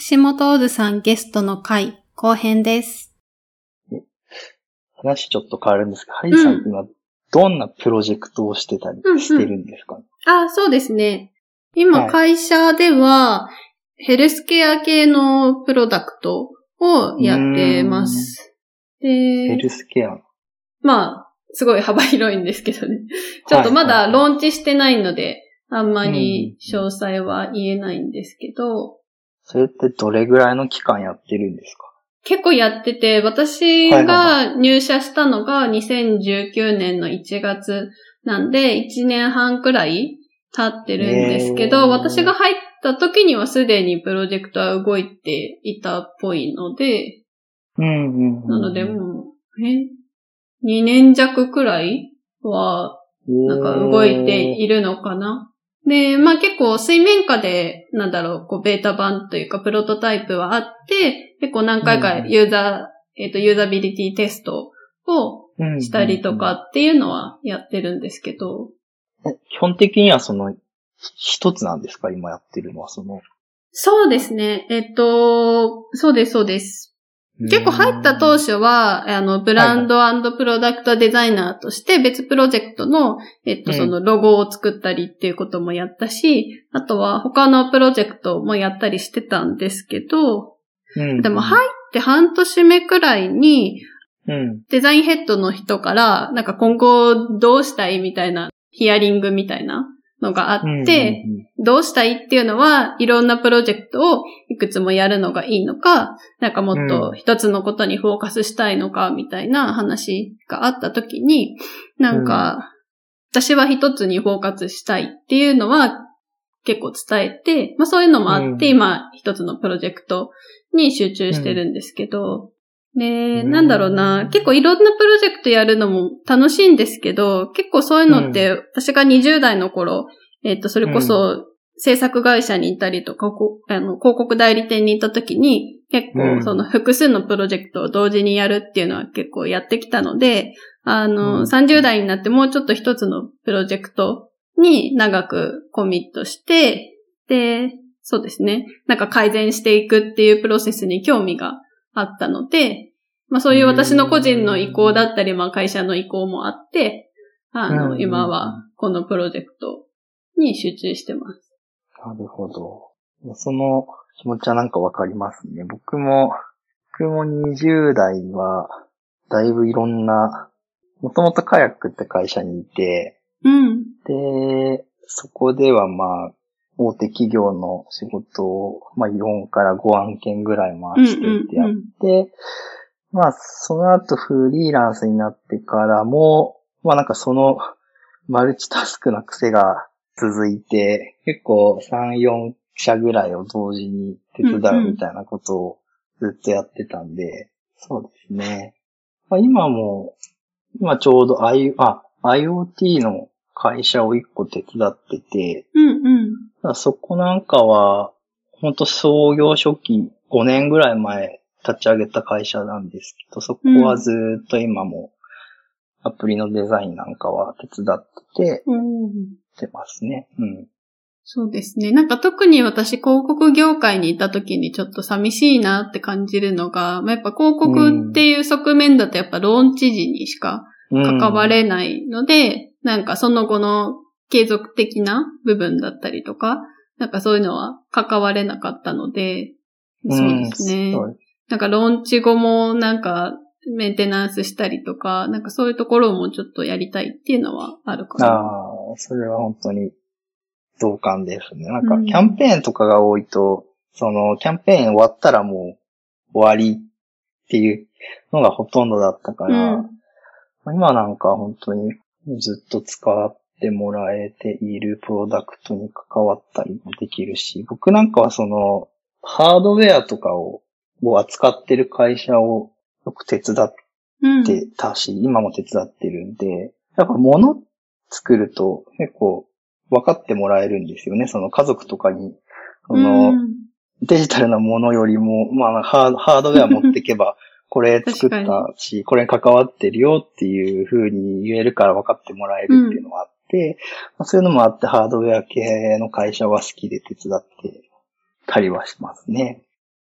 橋本オズさんゲストの回後編です。 話ちょっと変わるんですけど、ハリーさん今どんなプロジェクトをしてたりしてるんですかね？ そうですね。今会社ではヘルスケア系のプロダクトをやってます。 ヘルスケア。 すごい幅広いんですけどね。ちょっとまだローンチしてないので、あんまり詳細は言えないんですけど。 それってどれぐらいの期間やってるんですか？ 結構やってて、私が入社したのが2019年の1月なんで、1年半くらい経ってるんですけど、私が入った時にはすでにプロジェクトは動いていたっぽいので、なのでもう、2年弱くらいは、なんか動いているのかな。で、結構水面下で、ベータ版というかプロトタイプはあって、結構何回かユーザビリティテストをしたりとかっていうのはやってるんですけど。 基本的には一つなんですか？今やってるのはそうですね。そうです。結構入った当初は、ブランド&プロダクトデザイナーとして別プロジェクトの、そのロゴを作ったりっていうこともやったし、あとは他のプロジェクトもやったりしてたんですけど、でも入って半年目くらいに、デザインヘッドの人から、今後どうしたいみたいな、ヒアリングみたいなのがあって、どうしたいっていうのは、いろんなプロジェクトをいくつもやるのがいいのか、もっと一つのことにフォーカスしたいのか、みたいな話があったときに、私は一つにフォーカスしたいっていうのは結構伝えて、そういうのもあって、今一つのプロジェクトに集中してるんですけど、で、結構いろんなプロジェクトやるのも楽しいんですけど、結構そういうのって、私が20代の頃、それこそ制作会社にいたりとか、広告代理店にいた時に、結構その複数のプロジェクトを同時にやるっていうのは結構やってきたので、30代になってもうちょっと一つのプロジェクトに長くコミットして、で、そうですね。改善していくっていうプロセスに興味があったので、そういう私の個人の意向だったり、会社の意向もあって、今はこのプロジェクトに集中してます。 なるほど。その気持ちはわかりますね。僕も20代は、だいぶいろんな、もともとカヤックって会社にいて、で、そこでは大手企業の仕事を、4から5案件ぐらい回してってやって、その後フリーランスになってからも、そのマルチタスクな癖が続いて、結構3、4社ぐらいを同時に手伝うみたいなことをずっとやってたんで、そうですね。今ちょうどIoT の会社を1個手伝ってて、そこは、本当創業初期5年ぐらい前立ち上げた会社なんですけど、そこはずっと今もアプリのデザインなんかは手伝っててますね。 そうですね。特に私広告業界にいた時にちょっと寂しいなって感じるのが、やっぱ広告っていう側面だとやっぱローンチ時にしか関われないので、その後の継続的な部分だったりとか、そういうのは関われなかったので、そうですね。ローンチ後もメンテナンスしたりとか、そういうところもちょっとやりたいっていうのはあるかな。 それは本当に同感ですね。キャンペーンとかが多いと、キャンペーン終わったらもう終わりっていうのがほとんどだったから、今本当にずっと使ってもらえているプロダクトに関わったりもできるし、僕はハードウェアとかを扱ってる会社をよく手伝ってたし、今も手伝ってるんで、やっぱ物作ると結構分かってもらえるんですよね。家族とかに、デジタルなものよりも、ハードウェア持ってけば、これ作ったし、これに関わってるよっていう風に言えるから分かってもらえるっていうのがあって、そういうのもあってハードウェア系の会社は好きで手伝ってたりはしますね。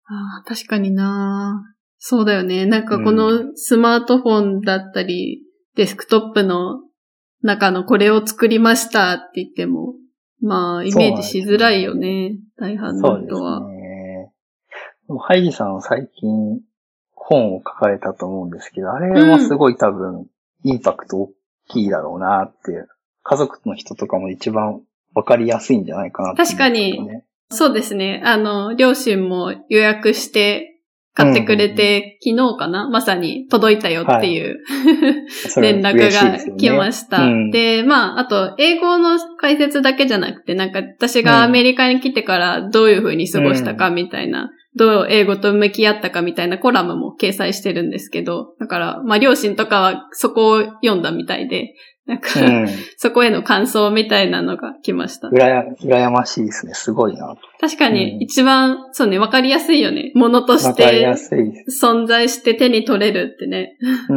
ああ、確かにな。そうだよね。なんかこのスマートフォンだったり、デスクトップの中のこれを作りましたって言っても、まあ、イメージしづらいよね。大半の人は。 そうですね。でもハイジさんは最近本を書かれたと思うんですけど、あれもすごい多分、インパクト大きいだろうなって、家族の人とかも一番わかりやすいんじゃないかなって、ね。 確かに。そうですね。両親も予約して買ってくれて、昨日かなまさに届いたよっていう、はい、連絡が来ました。で、まあ、あと、英語の解説だけじゃなくて、なんか私がアメリカに来てからどういう風に過ごしたかみたいな、どう英語と向き合ったかみたいなコラムも掲載してるんですけど、だから、まあ、両親とかはそこを読んだみたいで、なんか、そこへの感想みたいなのが来ました。 羨ましいですね。すごいな。 確かに、一番、そうね、わかりやすいよね。ものとして、存在して手に取れるってね。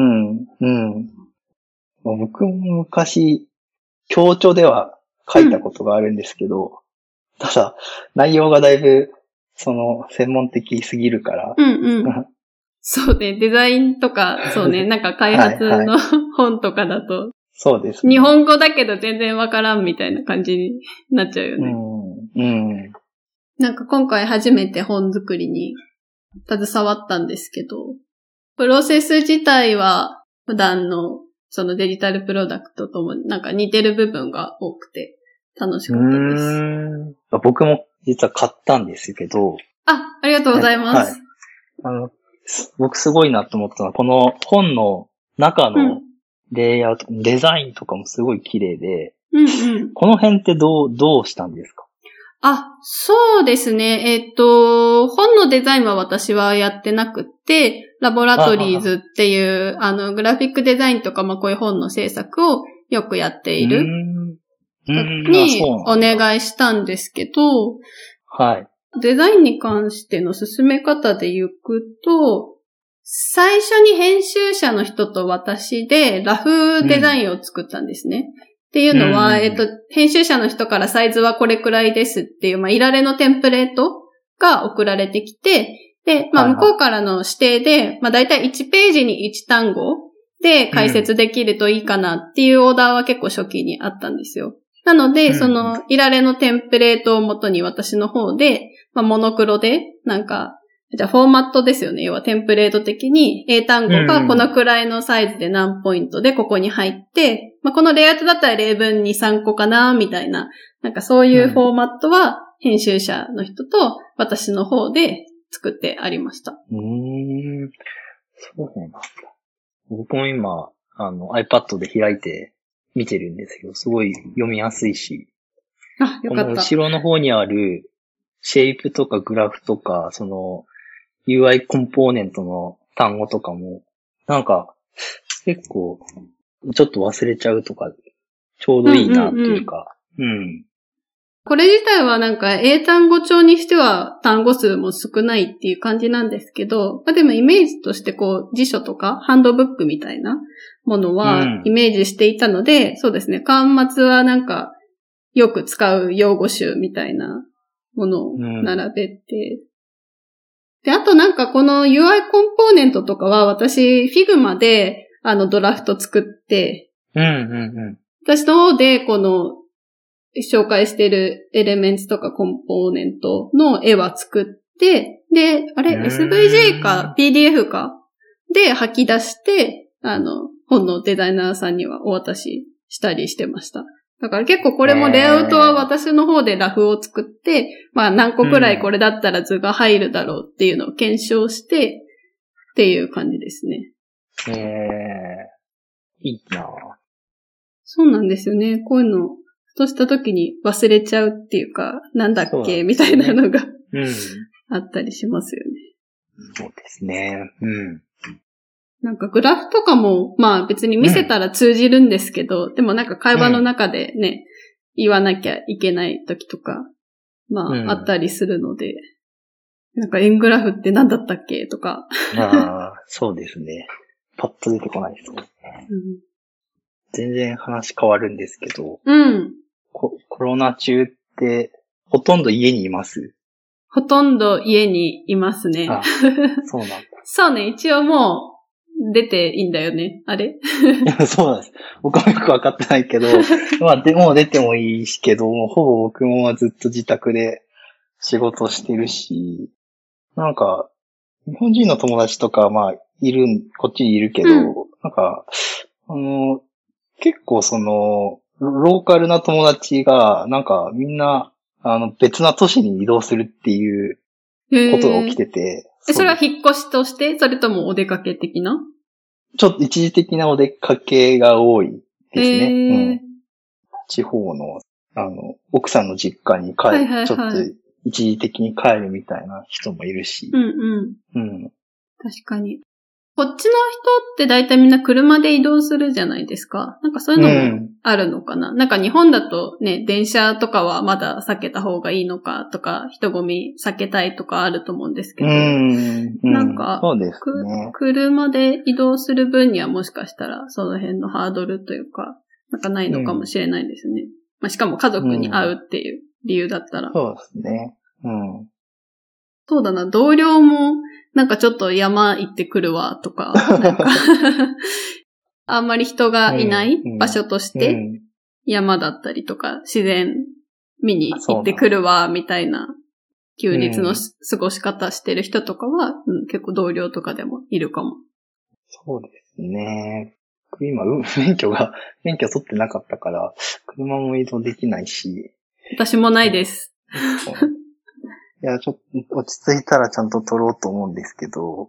僕も昔、教著では書いたことがあるんですけど、ただ、内容がだいぶ、専門的すぎるから。 そうね、デザインとか、そうね、なんか開発の本とかだと、 そうですね。 日本語だけど全然わからんみたいな感じになっちゃうよね。なんか今回初めて本作りに携わったんですけど、プロセス自体は普段のそのデジタルプロダクトともなんか似てる部分が多くて楽しかったです。 僕も実は買ったんですけど。 ありがとうございます。 はい。僕すごいなと思ったのは、この本の中のレイアウト、デザインとかもすごい綺麗で、この辺ってどうしたんですか？ そうですね。本のデザインは私はやってなくって、ラボラトリーズっていう、グラフィックデザインとか、まあこういう本の制作をよくやっているにお願いしたんですけど、 はい。 デザインに関しての進め方で言うと、最初に編集者の人と私でラフデザインを作ったんですね。っていうのは、編集者の人からサイズはこれくらいですっていう、まあ、いられのテンプレートが送られてきて、で、まあ、向こうからの指定で、まあ、だいたい1ページに1単語で解説できるといいかなっていうオーダーは結構初期にあったんですよ。なので、その、いられのテンプレートを元に私の方で、まあ、モノクロで、なんか、じゃあフォーマットですよね。要はテンプレート的に英単語がこのくらいのサイズで何ポイントでここに入って、まあ、このレイアウトだったら例文に3個かな、みたいな。なんかそういうフォーマットは編集者の人と私の方で作ってありました。 そうなんだ。僕も今、iPad で開いて見てるんですけど、すごい読みやすいし。 よかった。 この後ろの方にあるシェイプとかグラフとか、UI コンポーネントの単語とかも、なんか、結構、ちょっと忘れちゃうとか、ちょうどいいなっていうか、 これ自体はなんか英単語帳にしては単語数も少ないっていう感じなんですけど、まあでもイメージとしてこう辞書とかハンドブックみたいなものはイメージしていたので、そうですね、端末はなんかよく使う用語集みたいなものを並べて、で、あとなんかこの UI コンポーネントとかは私 Figma でドラフト作って、私の方でこの紹介しているエレメンツとかコンポーネントの絵は作って、で、SVG か PDF かで吐き出して、本のデザイナーさんにはお渡ししたりしてました。だから結構これもレイアウトは私の方でラフを作って、まあ何個くらいこれだったら図が入るだろうっていうのを検証してっていう感じですね。 いいなぁ。 そうなんですよね。こういうの、ふとした時に忘れちゃうっていうか、なんだっけ、みたいなのがあったりしますよね。 そうですね。 なんかグラフとかも、まあ別に見せたら通じるんですけど、でもなんか会話の中でね、言わなきゃいけない時とか、まああったりするので、なんか円グラフって何だったっけとか。 そうですね。パッと出てこないですね。全然話変わるんですけど、コロナ中ってほとんど家にいます？ ほとんど家にいますね。 あ、そうなんだ。 そうね、一応もう出ていいんだよね。あれそうなんです。僕もよくわかってないけど、まあ、もう出てもいいしけど、もうほぼ僕もずっと自宅で仕事してるし、なんか、日本人の友達とか、まあ、こっちにいるけど、なんか、結構ローカルな友達が、なんかみんな、別な都市に移動するっていうことが起きてて。 それは引っ越しとして、それともお出かけ的な？ ちょっと一時的なお出かけが多いですね。地方の、奥さんの実家に帰る、ちょっと一時的に帰るみたいな人もいるし。 確かに。こっちの人って大体みんな車で移動するじゃないですか。なんかそういうのもあるのかな。なんか日本だとね、電車とかはまだ避けた方がいいのかとか、人混み避けたいとかあると思うんですけど。なんか、 そうですね。 車で移動する分にはもしかしたらその辺のハードルというか、なんかないのかもしれないですね。まあ、しかも家族に会うっていう理由だったら。 そうですね。 そうだな、同僚も、なんかちょっと山行ってくるわとか、なんかあんまり人がいない場所として、山だったりとか、自然見に行ってくるわ、みたいな、休日の過ごし方してる人とかは、結構同僚とかでもいるかも。 そうですね。今、免許取ってなかったから、車も移動できないし。 私もないです。 いや、ちょっと落ち着いたらちゃんと取ろうと思うんですけど。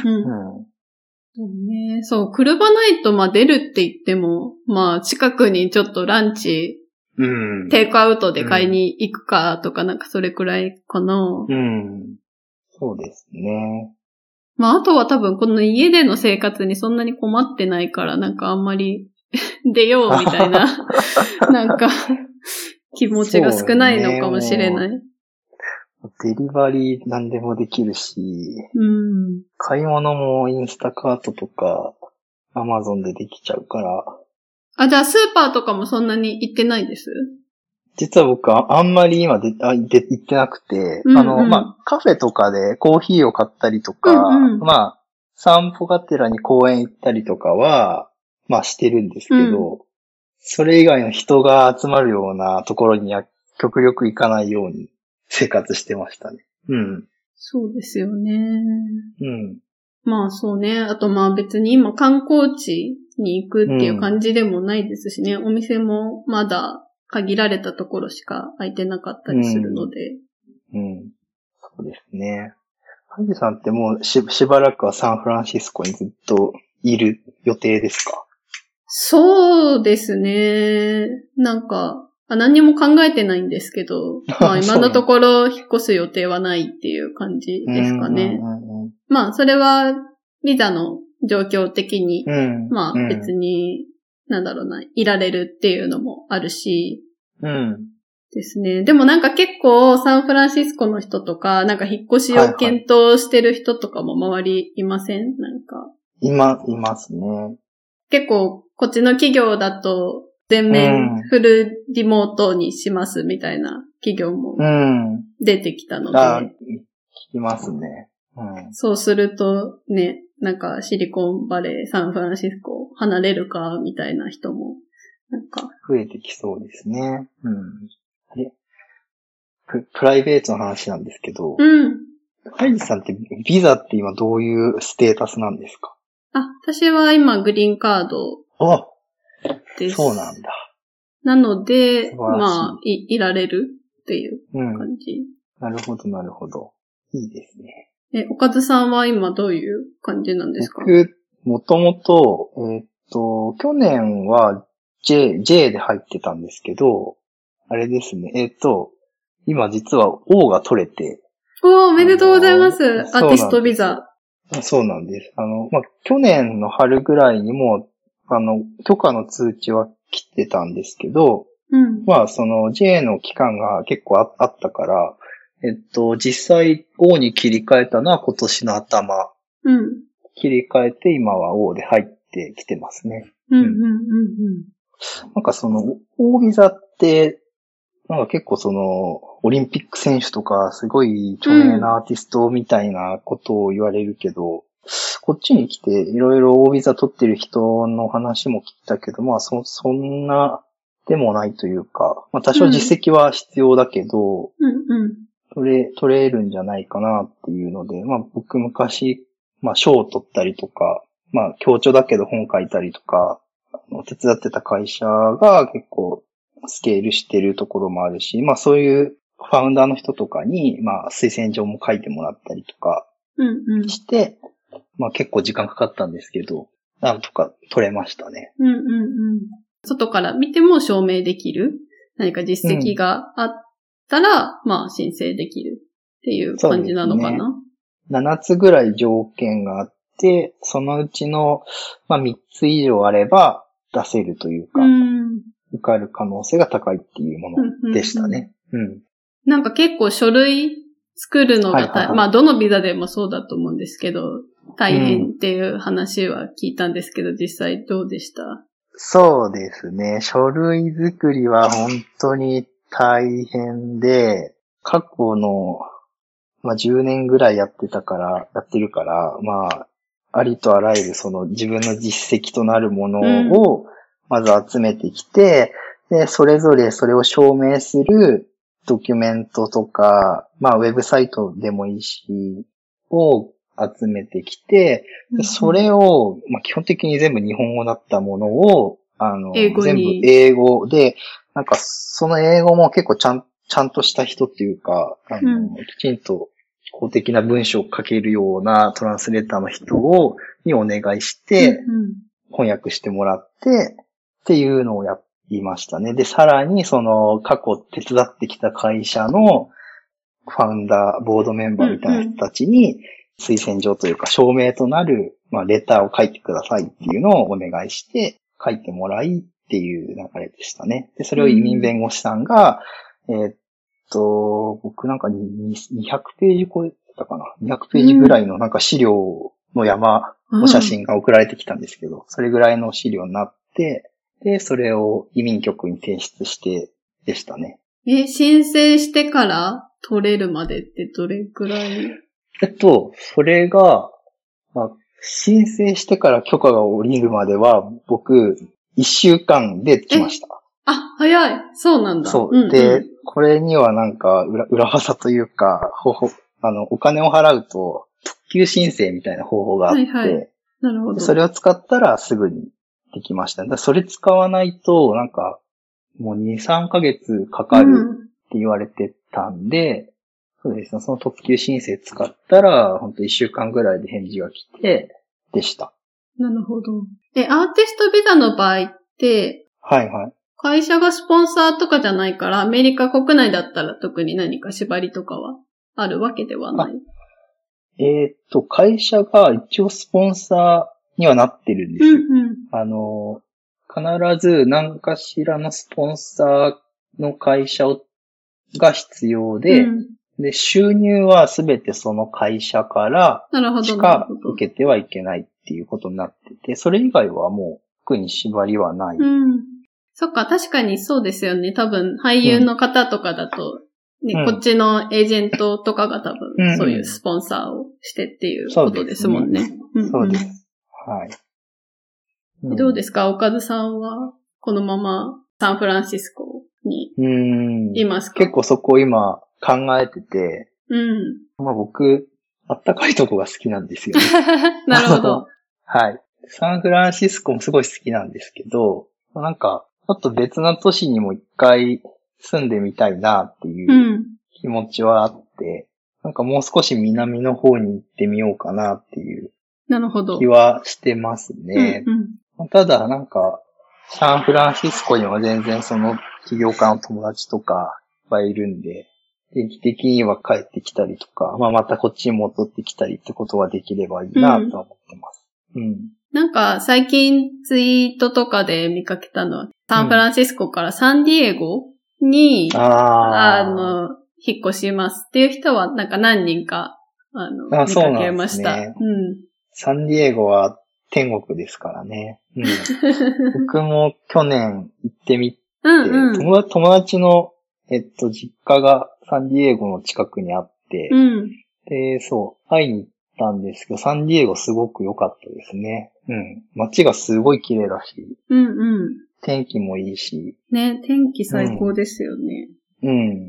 そう、車ないと、まあ出るって言っても、まあ近くにちょっとランチ、テイクアウトで買いに行くかとか、なんかそれくらいかな。 そうですね。 まああとは多分この家での生活にそんなに困ってないから、なんかあんまり出ようみたいな、なんか気持ちが少ないのかもしれない。 デリバリー何でもできるし、買い物もインスタカートとか、アマゾンでできちゃうから。 あ、じゃあスーパーとかもそんなに行ってないです？ 実は僕はあんまり今行ってなくて、まあ、カフェとかでコーヒーを買ったりとか、まあ、散歩がてらに公園行ったりとかは、まあしてるんですけど、それ以外の人が集まるようなところには極力行かないように生活してましたね。 そうですよね。まあそうね。あとまあ別に今観光地に行くっていう感じでもないですしね。お店もまだ限られたところしか空いてなかったりするので。 そうですね。ハジさんってもうしばらくはサンフランシスコにずっといる予定ですか？ そうですね。なんか、何にも考えてないんですけど、まあ今のところ引っ越す予定はないっていう感じですかね。まあそれはビザの状況的に、まあ別に、なんだろうな、いられるっていうのもあるし、ですね。でもなんか結構サンフランシスコの人とか、なんか引っ越しを検討してる人とかも周りいません？なんか。 いますね。 結構こっちの企業だと全面フルリモートにしますみたいな企業も出てきたので。 聞きますね。 そうするとね、なんかシリコンバレー、サンフランシスコ離れるかみたいな人もなんか増えてきそうですね。プライベートの話なんですけど、ハイジさんってビザって今どういうステータスなんですか？ 私は今グリーンカードです。 そうなんだ。 なので、まあ、いられるっていう感じ。 なるほど、なるほど。いいですね。 おかずさんは今どういう感じなんですか？ 僕、もともと、去年は J で入ってたんですけど、あれですね。今実は O が取れて。 おめでとうございます。アーティストビザ。 そうなんです。まあ、去年の春ぐらいにも、許可の通知は来てたんですけど、まあ、J の期間が結構あったから、実際 O に切り替えたのは今年の頭。切り替えて今は O で入ってきてますね。なんかO ビザって、 なんか結構オリンピック選手とか、すごい著名なアーティストみたいなことを言われるけど、こっちに来ていろいろ大ビザ取ってる人の話も聞いたけど、まあそんなでもないというか、まあ多少実績は必要だけど、取れるんじゃないかなっていうので、まあ僕昔、まあ賞を取ったりとか、まあ強調だけど本書いたりとか、手伝ってた会社が結構スケールしてるところもあるし、まあそういうファウンダーの人とかに、まあ推薦状も書いてもらったりとかして、まあ結構時間かかったんですけど、なんとか取れましたね。 外から見ても証明できる何か実績があったら、まあ申請できるっていう感じなのかな。 7つぐらい条件があって、そのうちの、まあ3つ以上あれば出せるというか、受かる可能性が高いっていうものでしたね。 なんか結構書類作るのがまあどのビザでもそうだと思うんですけど、大変っていう話は聞いたんですけど、実際どうでした？ そうですね。書類作りは本当に大変で、過去の、まあ、10年ぐらいやってるから、まあ、ありとあらゆる自分の実績となるものを、まず集めてきて、で、それぞれそれを証明するドキュメントとか、まあ、ウェブサイトでもいいし、を集めてきて、それを、まあ、基本的に全部日本語だったものを、全部英語で、なんかその英語も結構ちゃんとした人っていうか、きちんと公的な文章を書けるようなトランスレーターの人にお願いして、翻訳してもらって、っていうのをやりましたね。で、さらに過去手伝ってきた会社のファウンダー、ボードメンバーみたいな人たちに、推薦状というか証明となる、まあ、レターを書いてくださいっていうのをお願いして、書いてもらいっていう流れでしたね。で、それを移民弁護士さんが、僕なんか200ページ超えてたかな。200ページぐらいのなんか資料の山の写真が送られてきたんですけど、それぐらいの資料になって、で、それを移民局に提出してでしたね。 申請してから取れるまでってどれくらい？ それが、まあ、申請してから許可が下りるまでは、僕、1週間で来ました。 早い。そうなんだ。 そう。で、これにはなんか、裏技というか、お金を払うと、特急申請みたいな方法があって、 なるほど。 それを使ったらすぐにできました。だからそれ使わないと、なんか、もう2、3ヶ月かかるって言われてたんで、そうですね。その特急申請使ったら、ほんと1週間ぐらいで返事が来て、でした。 なるほど。アーティストビザの場合って、会社がスポンサーとかじゃないから、アメリカ国内だったら特に何か縛りとかはあるわけではない？ 会社が一応スポンサーにはなってるんですよ。必ず何かしらのスポンサーの会社が必要で、で、収入はすべてその会社からしか受けてはいけないっていうことになってて、それ以外はもう特に縛りはない。 そっか、確かにそうですよね。多分俳優の方とかだと、ね、こっちのエージェントとかが多分そういうスポンサーをしてっていうことですもんね。 そうです。はい。 どうですか、おかずさんはこのままサンフランシスコにいますか？ 結構そこ今考えてて、まあ僕、あったかいとこが好きなんですよね。 なるほど。 はい。サンフランシスコもすごい好きなんですけど、なんか、ちょっと別な都市にも一回住んでみたいなっていう気持ちはあって、なんかもう少し南の方に行ってみようかなっていう気はしてますね。ただなんか、サンフランシスコには全然その起業家の友達とかいっぱいいるんで、定期的には帰ってきたりとか、まあまたこっちに戻ってきたりってことができればいいなと思ってます。 なんか最近ツイートとかで見かけたのは、サンフランシスコからサンディエゴに、引っ越しますっていう人はなんか何人か、見かけました。 サンディエゴは天国ですからね。僕も去年行ってみて、友達の実家がサンディエゴの近くにあって、 うん。 で、そう、会いに行ったんですけど、サンディエゴすごく良かったですね。うん。街がすごい綺麗だし、 うんうん。 天気もいいし。 ね、天気最高ですよね。 うん。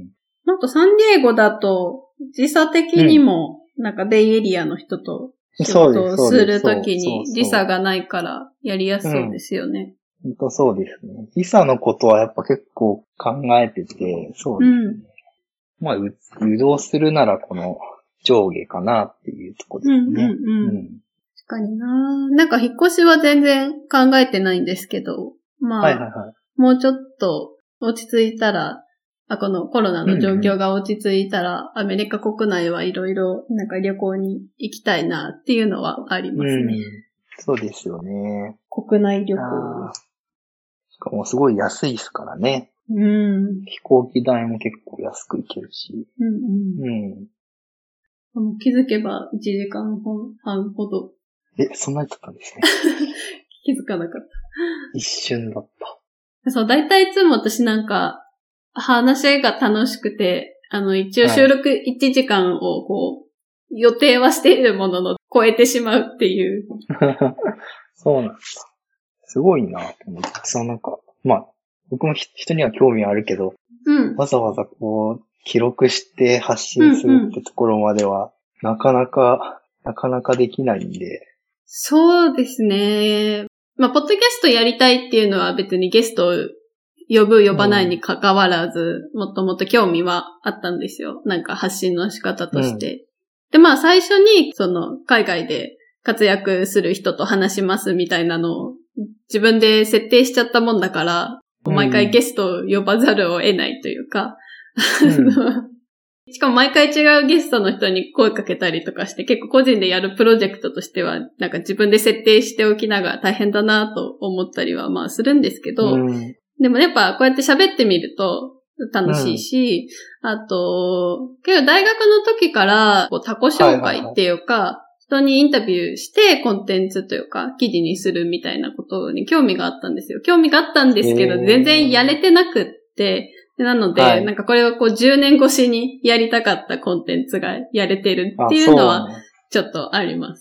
あとサンディエゴだと、時差的にも、なんかベイエリアの人と仕事をするときに時差がないからやりやすそうですよね。 本当そうですね。時差のことはやっぱ結構考えてて、そうですね。まあ、移動するならこの上下かなっていうところですね。 確かにな。なんか引っ越しは全然考えてないんですけど、まあ、もうちょっと落ち着いたら、このコロナの状況が落ち着いたら、アメリカ国内はいろいろなんか旅行に行きたいなっていうのはありますね。 そうですよね。 国内旅行。 しかもすごい安いですからね。飛行機代も結構安く行けるし。 気づけば1時間半ほど。 そんなに経ったんですね。 気づかなかった。 一瞬だった。 そう、だいたいいつも私なんか、話が楽しくて、一応収録1時間を予定はしているものの超えてしまうっていう。 そうなんだ。すごいなと思って。なんか、まあ、僕も人には興味あるけど、わざわざ記録して発信するってところまでは、なかなかできないんで。 そうですね。まあ、ポッドキャストやりたいっていうのは別にゲストを呼ばないに関わらず、もともと興味はあったんですよ。なんか発信の仕方として。で、まあ最初に、海外で活躍する人と話しますみたいなのを自分で設定しちゃったもんだから、毎回ゲストを呼ばざるを得ないというか、しかも毎回違うゲストの人に声かけたりとかして、結構個人でやるプロジェクトとしては、なんか自分で設定しておきながら大変だなと思ったりはまあするんですけど、でもやっぱこうやって喋ってみると楽しいし、あと、結構大学の時から他己紹介っていうか、人にインタビューしてコンテンツというか記事にするみたいなことに興味があったんですよ。興味があったんですけど、全然やれてなくって、なので、なんかこれは10年越しにやりたかったコンテンツがやれてるっていうのはちょっとあります。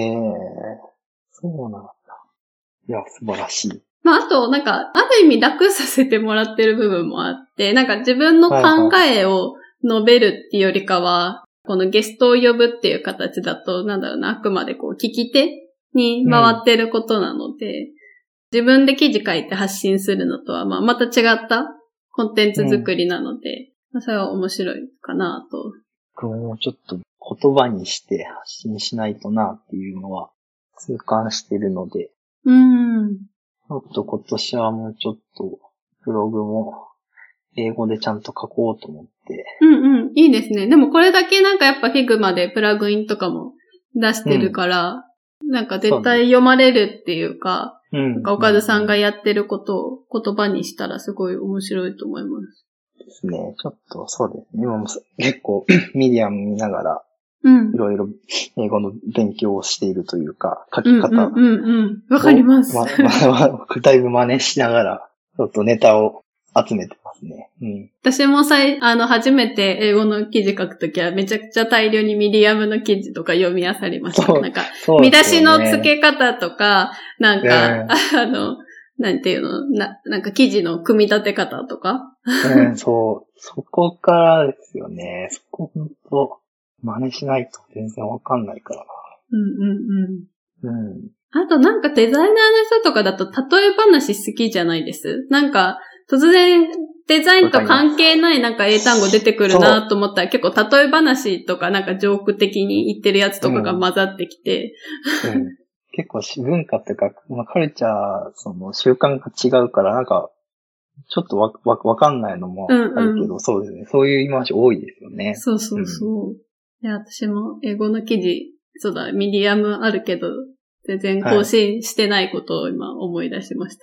そうなんだ。いや、素晴らしい。 まあ、あと、なんか、ある意味楽させてもらってる部分もあって、なんか自分の考えを述べるっていうよりかは、このゲストを呼ぶっていう形だと、なんだろうな、あくまで聞き手に回ってることなので、自分で記事書いて発信するのとは、まあ、また違ったコンテンツ作りなので、それは面白いかなと。 僕もちょっと言葉にして発信しないとなっていうのは痛感してるので、ちょっと今年はもうちょっとブログも英語でちゃんと書こうと思って。 いいですね。でもこれだけなんかやっぱ Figma でプラグインとかも出してるから、なんか絶対読まれるっていうか、なんか岡田さんがやってることを言葉にしたらすごい面白いと思います。 ですね。ちょっとそうですね。今も結構ミディアム見ながら、いろいろ英語の勉強をしているというか、書き方。 わかります。 だいぶ真似しながら、ちょっとネタを集めてますね。 私も初めて英語の記事書くときはめちゃくちゃ大量にミディアムの記事とか読み漁りました。なんか、見出しの付け方とか、なんか、なんていうの、なんか記事の組み立て方とか。 そこからですよね。そこほんと、真似しないと全然わかんないからな。 あとなんかデザイナーの人とかだと例え話好きじゃないです。なんか、突然デザインと関係ないなんか英単語出てくるなと思ったら結構例え話とかなんかジョーク的に言ってるやつとかが混ざってきて。 結構文化っていうか、カルチャー、習慣が違うからなんか、ちょっとわかんないのもあるけど、そうですね。そういう言い回し多いですよね。 そう。いや、私も英語の記事、そうだ、ミディアムあるけど、全然更新してないことを今思い出しました。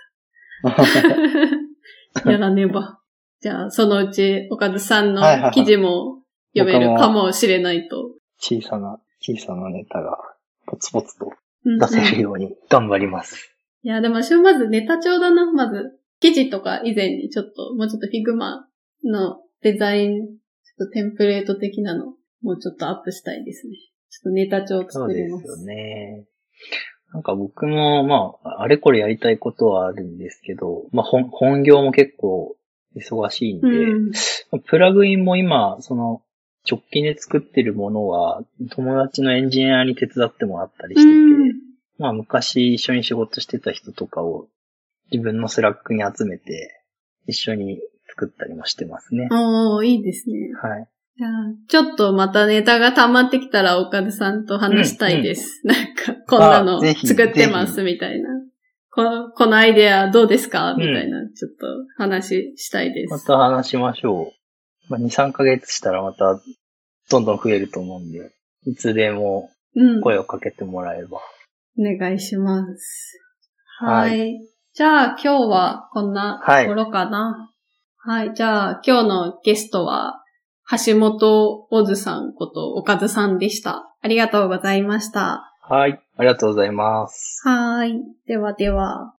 やらねば。じゃあ、そのうち、岡田さんの記事も読めるかもしれないと。 小さなネタが、ポツポツと出せるように頑張ります。 いや、でも私はまずネタ帳だな、まず。記事とか以前にもうちょっとFigma のデザイン、ちょっとテンプレート的なの、もうちょっとアップしたいですね。ちょっとネタ帳を作ります。 そうですよね。なんか僕も、まあ、あれこれやりたいことはあるんですけど、まあ、本業も結構忙しいんで、プラグインも今、直近で作ってるものは、友達のエンジニアに手伝ってもらったりしてて、まあ、昔一緒に仕事してた人とかを自分のスラックに集めて、一緒に作ったりもしてますね。 おー、いいですね。 はい。 じゃあ、ちょっとまたネタが溜まってきたら岡田さんと話したいです。なんか、こんなの作ってますみたいな。このアイデアどうですかみたいな、ちょっと話したいです。 また話しましょう。まあ、2、3ヶ月したらまたどんどん増えると思うんで、いつでも声をかけてもらえば。 お願いします。はい。じゃあ今日はこんなところかな。はい。じゃあ今日のゲストは橋本オズさんこと岡津さんでした。ありがとうございました。 はい。ありがとうございます。 はい。ではでは。